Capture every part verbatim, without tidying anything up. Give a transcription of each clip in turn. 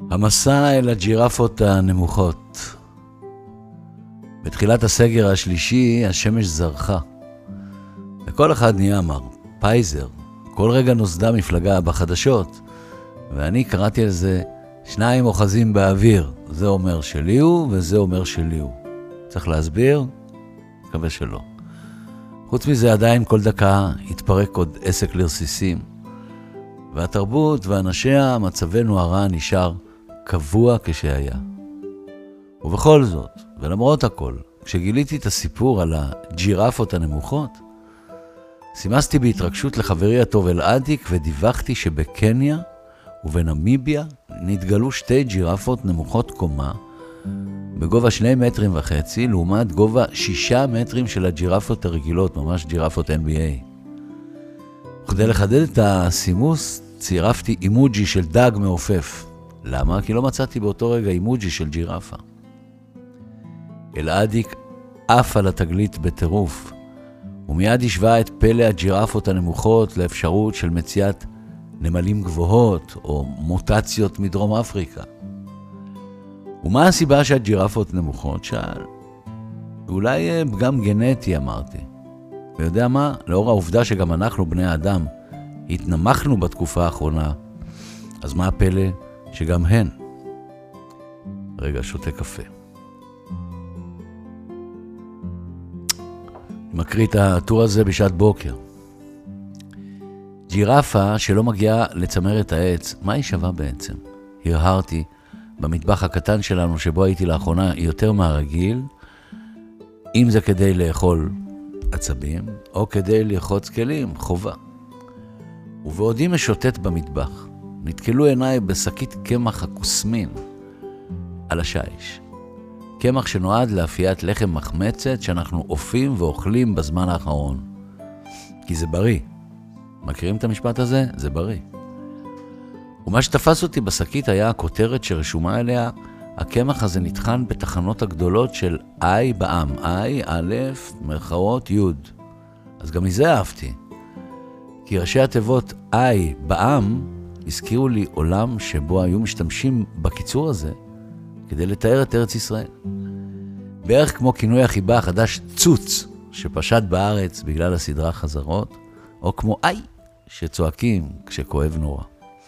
המסע אל הג'ירפות הנמוכות. בתחילת הסגר השלישי השמש זרחה. וכל אחד נהיה אמר, פייזר. כל רגע נוסדה מפלגה בחדשות. ואני קראתי על זה שניים אוחזים באוויר. זה אומר שלי הוא וזה אומר שלי הוא. צריך להסביר? מקווה שלא. חוץ מזה עדיין כל דקה התפרק עוד עסק לרסיסים. והתרבות ואנשיה, מצבנו הרע נשאר קבוע כשהיה. ובכל זאת, ולמרות הכל, כשגיליתי את הסיפור על הג'ירפות הנמוכות, סימסתי בהתרגשות לחברי הטוב אלעדיק ודיווחתי שבקניה ובנמיביה נתגלו שתי ג'ירפות נמוכות קומה בגובה שני מטרים וחצי לעומת גובה שישה מטרים של הג'ירפות הרגילות, ממש ג'ירפות אן בי איי. וכדי לחדד את הסימוס צירפתי אימוג'י של דג מעופף. למה? כי לא מצאתי באותו רגע אימוג'י של ג'ירפה. אלעדיק עף על התגלית בטירוף, ומיד השווה את פלא הג'ירפות הנמוכות לאפשרות של מציאת נמלים גבוהות או מוטציות מדרום אפריקה. ומה הסיבה שהג'ירפות נמוכות? שאל. אולי פגם גנטי, אמרתי. ויודע מה? לאור העובדה שגם אנחנו, בני האדם, התנמכנו בתקופה האחרונה, אז מה הפלא שגם הן? רגע, שותה קפה. מקריא את הטור הזה בשעת בוקר. ג'ירפה שלא מגיעה לצמרת העץ, מה היא שווה בעצם? הרהרתי במטבח הקטן שלנו שבו הייתי לאחרונה יותר מהרגיל, אם זה כדי לאכול עצבים או כדי ללחוץ כלים, חובה. ובעודי משוטט במטבח, נתקלו עיניי בשקית קמח הקוסמין על השיש. קמח שנועד לאפיית לחם מחמצת שאנחנו אופים ואוכלים בזמן האחרון. כי זה בריא. מכירים את המשפט הזה? זה בריא. ומה שתפס אותי בשקית היה הכותרת שרשומה אליה, הקמח הזה נטחן בתחנות הגדולות של I בעם. I, א', מרכאות, י'. אז גם מזה אהבתי. כי ראשי התיבות I בעם הזכירו לי עולם שבו היו משתמשים בקיצור הזה כדי לתאר את ארץ ישראל. בערך כמו כינוי החיבה החדש צוץ שפשט בארץ בגלל הסדרה חזרות, או כמו איי שצועקים כשכואב נורא.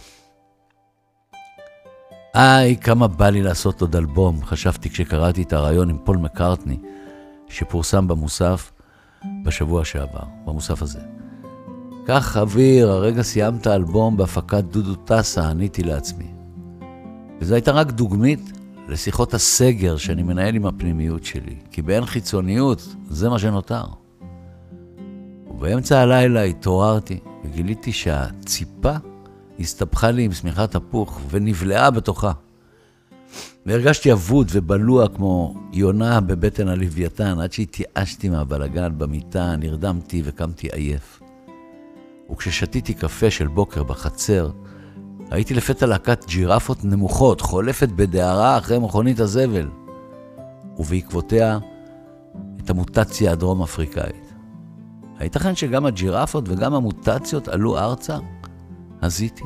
איי, כמה בא לי לעשות עוד אלבום, חשבתי כשקראתי את הרעיון עם פול מקארטני שפורסם במוסף בשבוע שעבר, במוסף הזה. כך אוויר, הרגע סיימת אלבום בהפקת דודו טסה, עניתי לעצמי. וזו הייתה רק דוגמית לשיחות הסגר שאני מנהל עם הפנימיות שלי, כי באין חיצוניות זה מה שנותר. ובאמצע הלילה התעוררתי וגיליתי שהציפה הסתבכה לי עם שמיכת הפוך ונבלעה בתוכה. והרגשתי אבוד ובלוע כמו יונה בבטן הלוויתן, עד שהתייאשתי מהבלגן במיטה, נרדמתי וקמתי עייף. וכששתיתי קפה של בוקר בחצר, הייתי לפתע להקת ג'ירפות נמוכות, חולפת בדהרה אחרי מכונית הזבל, ובעקבותיה את המוטציה הדרום אפריקאית. הייתכן שגם הג'ירפות וגם המוטציות עלו ארצה? הזיתי.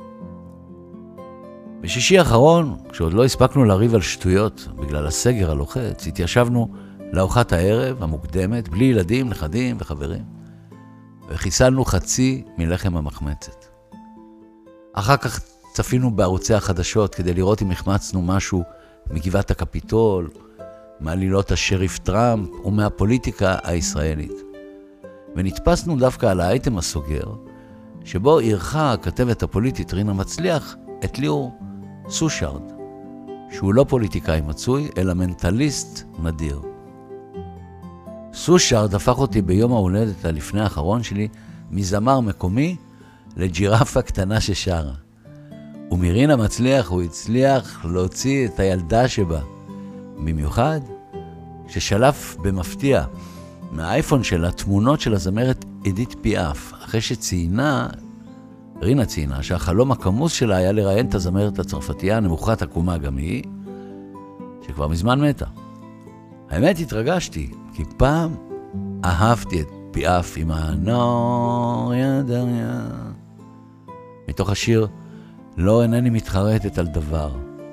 בשישי האחרון, כשעוד לא הספקנו לריב על שטויות בגלל הסגר הלוחץ, התיישבנו לארוחת הערב המוקדמת, בלי ילדים, נכדים וחברים, וחיסלנו חצי מלחם המחמצת. אחר כך צפינו בערוצי החדשות כדי לראות אם החמצנו משהו מגבעת הקפיטול, מעלילות השריף טראמפ ומהפוליטיקה הישראלית. ונתפסנו דווקא על האייטם הסוגר, שבו ערכה הכתבת הפוליטית רינה מצליח את ליאור סושארד, שהוא לא פוליטיקאי מצוי, אלא מנטליסט נדיר. סושארד הפך אותי ביום ההולדת הלפני האחרון שלי מזמר מקומי לג'ירפה קטנה ששרה. ומרינה מצליח הוא הצליח להוציא את הילדה שבה. במיוחד ששלף במפתיע מהאייפון שלה תמונות של הזמרת אדית פיאף, אחרי שציינה, רינה ציינה, שהחלום הכמוס שלה היה לראיין את הזמרת הצרפתייה נמוכת הקומה גם היא, שכבר מזמן מתה. האמת התרגשתי, כי פעם אהבתי את פיאף עם הנור ידריה. מתוך השיר לא אינני מתחרטת על דבר,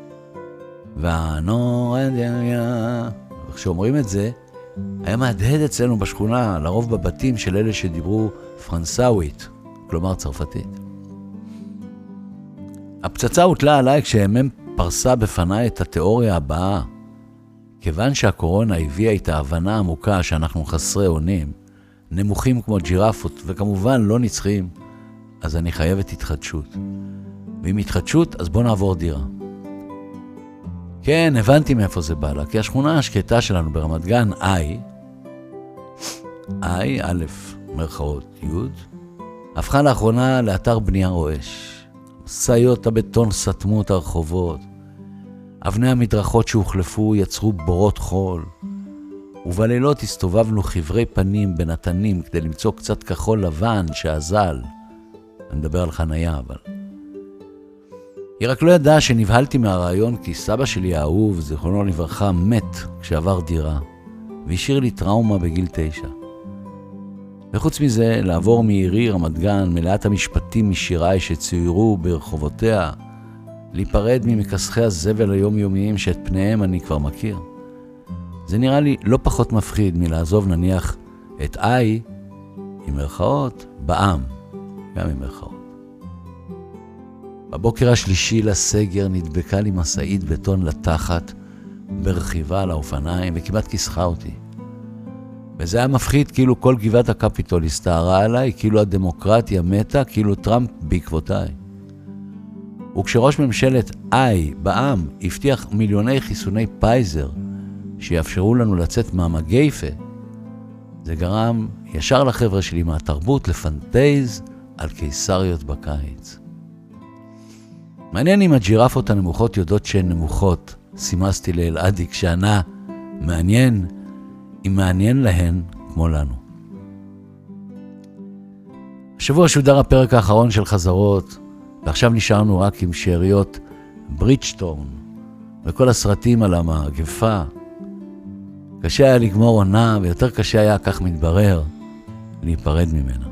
והנור, כשאומרים את זה, היה מהדהד אצלנו בשכונה, לרוב בבתים של אלה שדיברו פרנסאווית, כלומר צרפתית. הפצצה הוטלה עליי כשהמם פרסה בפניי את התיאוריה הבאה. כיוון שהקורונה הביאה את ההבנה העמוקה שאנחנו חסרי אונים, נמוכים כמו ג'ירפות וכמובן לא נצחיים, אז אני חייבת התחדשות. ועם התחדשות, אז בוא נעבור דירה. כן, הבנתי מאיפה זה בא לה, כי השכונה השקטה שלנו ברמת גן, I, I, א', מרכאות, י', הפכה לאחרונה לאתר בנייה רועש. משאיות הבטון סתמו את הרחובות, אבני המדרכות שהוחלפו יצרו בורות חול, ובלילות הסתובבנו חברי פנים בנתנים כדי למצוא קצת כחול לבן שאזל. אני מדבר על חנייה, אבל... היא רק לא ידעה שנבהלתי מהרעיון כי סבא שלי האהוב, זיכרונו לברכה, מת כשעבר דירה, והשאיר לי טראומה בגיל תשע. וחוץ מזה, לעבור מעירי רמת גן, מלאת המשפטים משיריי שצוירו ברחובותיה, להיפרד ממכסחי הזבל היומיומיים שאת פניהם אני כבר מכיר. זה נראה לי לא פחות מפחיד מלעזוב נניח את I, עם מרכאות, בעם, גם עם מרכאות. בבוקר השלישי לסגר נדבקה לי מסעית בטון לתחת, ברכיבה על האופניים, וכמעט כיסחה אותי. וזה היה מפחיד כאילו כל גבעת הקפיטול הסתערה עליי, כאילו הדמוקרטיה מתה, כאילו טראמפ בעקבותיי. וכשראש ממשלת I בעם הבטיח מיליוני חיסוני פייזר שיאפשרו לנו לצאת מהמגייפה, זה גרם ישר לחבר'ה שלי מהתרבות לפנטז על קיסריות בקיץ. מעניין אם הג'ירפות הנמוכות יודעות שהן נמוכות, סימסתי לאלעדי כשענה, מעניין אם מעניין להן כמו לנו. השבוע שודר הפרק האחרון של חזרות, ועכשיו נשארנו רק עם שאריות ברידג'טון, וכל הסרטים על המגפה. קשה היה לגמור עונה, ויותר קשה היה, כך מתברר, להיפרד ממנה.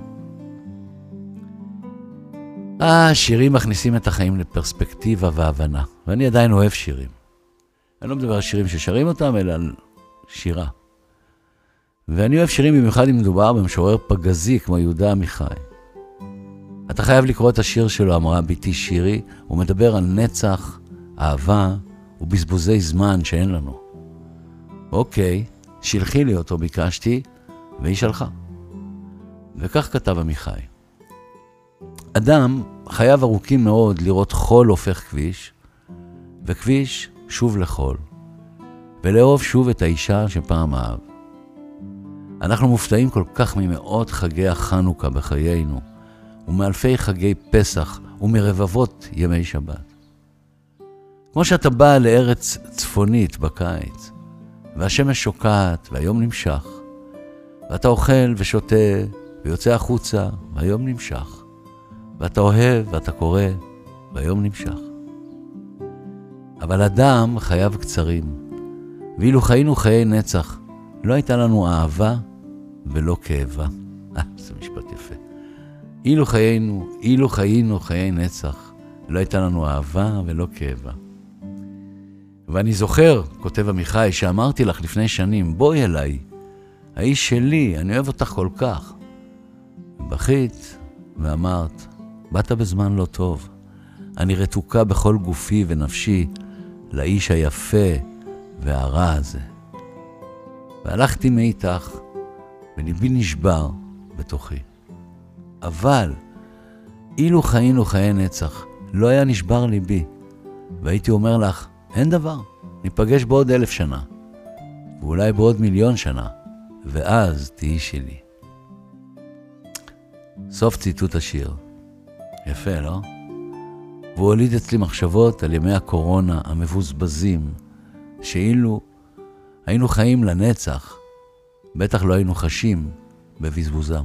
אה, שירים מכניסים את החיים לפרספקטיבה והבנה, ואני עדיין אוהב שירים. אני לא מדבר על שירים ששרים אותם, אלא על שירה. ואני אוהב שירים במיוחד אם מדובר במשורר פגזי כמו יהודה עמיחי. אתה חייב לקרוא את השיר שלו, אמרה ביתי שירי, הוא מדבר על נצח, אהבה ובזבוזי זמן שאין לנו. אוקיי, שלחי לי אותו, ביקשתי, והיא שלחה. וכך כתב עמיחי. אדם חייב ארוכים מאוד לראות חול הופך כביש, וכביש שוב לחול, ולאהוב שוב את האישה שפעם אהב. אנחנו מופתעים כל כך ממאות חגי החנוכה בחיינו, ומאלפי חגי פסח, ומרבבות ימי שבת. כמו שאתה בא לארץ צפונית בקיץ, והשמש שוקעת והיום נמשך, ואתה אוכל ושותה ויוצא החוצה והיום נמשך, ואתה אוהב ואתה קורא והיום נמשך. אבל אדם חייו קצרים, ואילו חיינו חיי נצח, לא הייתה לנו אהבה ולא כאבה. אה, זה משפט יפה. אילו חיינו, אילו חיינו חיי נצח, לא הייתה לנו אהבה ולא כאבה. ואני זוכר, כותב עמיחי, שאמרתי לך לפני שנים, בואי אליי, האיש שלי, אני אוהב אותך כל כך. בכית ואמרת, באת בזמן לא טוב, אני רתוקה בכל גופי ונפשי לאיש היפה והרע הזה. והלכתי מאיתך, וליבי נשבר בתוכי. אבל, אילו חיינו חיי נצח, לא היה נשבר ליבי, והייתי אומר לך, אין דבר, ניפגש בעוד אלף שנה, ואולי בעוד מיליון שנה, ואז תהי שלי. סוף ציטוט השיר. יפה, לא? והוא הוליד אצלי מחשבות על ימי הקורונה המבוזבזים, שאילו היינו חיים לנצח, בטח לא היינו חשים בבזבוזם.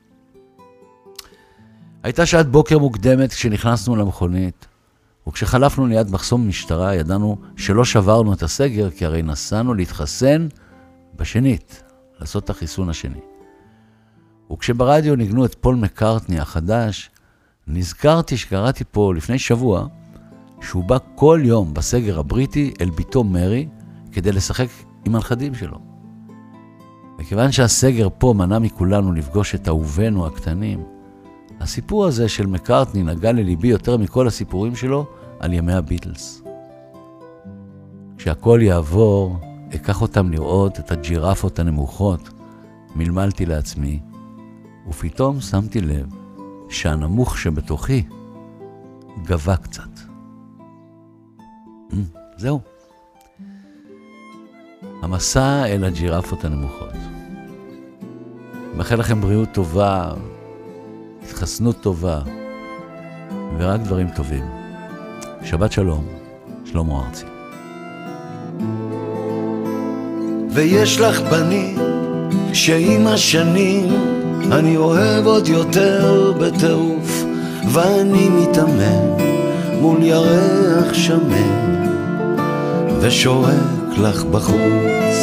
הייתה שעת בוקר מוקדמת כשנכנסנו למכונית, וכשחלפנו ליד מחסום משטרה ידענו שלא שברנו את הסגר, כי הרי נסענו להתחסן בשנית, לעשות את החיסון השני. וכשברדיו ניגנו את פול מקארטני החדש, נזכרתי שקראתי פה לפני שבוע שהוא בא כל יום בסגר הבריטי אל ביתו מרי כדי לשחק עם הנכדים שלו. וכיוון שהסגר פה מנע מכולנו לפגוש את אהובינו הקטנים, הסיפור הזה של מקארטני נגע לליבי יותר מכל הסיפורים שלו על ימי הביטלס. כשהכל יעבור, אקח אותם לראות את הג'ירפות הנמוכות, מלמלתי לעצמי, ופתאום שמתי לב שהנמוך שבתוכי גבה קצת. זהו. המסע אל הג'ירפות הנמוכות. מאחל לכם בריאות טובה, התחסנות טובה, ורק דברים טובים. שבת שלום, שלמה ארצי. ויש לך בנים שעם השנים אני אוהב עוד יותר בטירוף, ואני מתאמן מול ירח שמן ושורק לך בחוץ.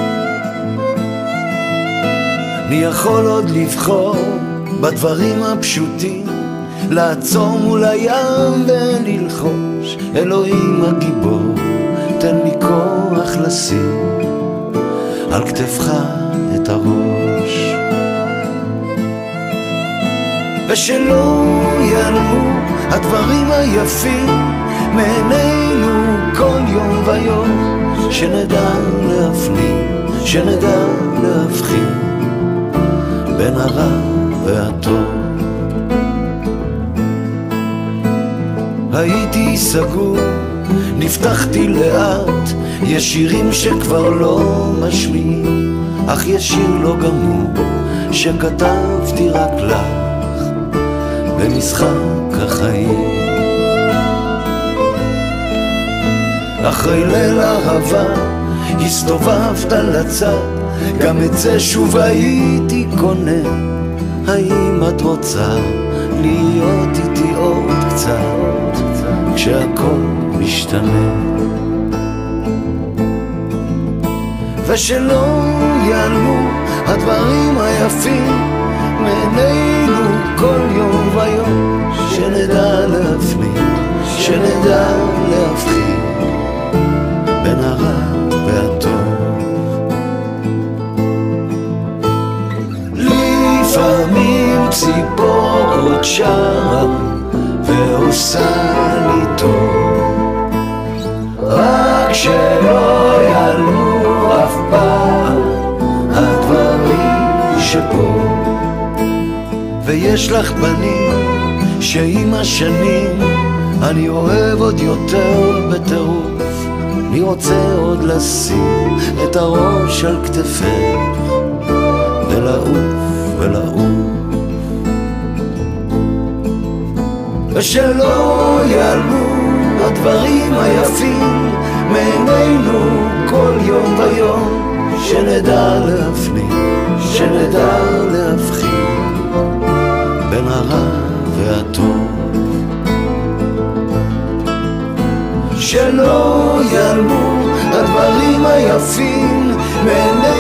אני יכול עוד לבחור בדברים הפשוטים, לעצור מול הים וללחוש, אלוהים הגיבור, תן לי כוח לשים על כתפך את הראש, ושלא ייעלמו הדברים היפים מעינינו כל יום ויום, שנדע להפנים, שנדע להבחין בין הרע והטוב. הייתי סגור, נפתחתי לאט, יש שירים שכבר לא משמיעים, אך יש שיר לא גמור שכתבתי רק לך במשחק החיים. אחרי ליל אהבה הסתובבת לצד, גם את זה שוב הייתי קונה. האם את רוצה להיות איתי עוד קצת כשהכל משתנה? ושלא ייעלמו הדברים היפים מעינינו כל יום ויום, שנדע להפנים, שנדע להבחין בין הרע והטוב. לפעמים ציפור עוד שרה ועושה לי טוב, רק שלא ייעלמו אף פעם הדברים שפה. ויש לך בנים שעם השנים אני אוהב עוד יותר בטירוף, אני רוצה עוד לשים את הראש על כתפך ולעוף ולעוף, ושלא ייעלמו הדברים היפים מעינינו כל יום ויום, שנדע להפנים, שנדע להבחין בין הרע והטוב. שלא ייעלמו הדברים היפים מעינינו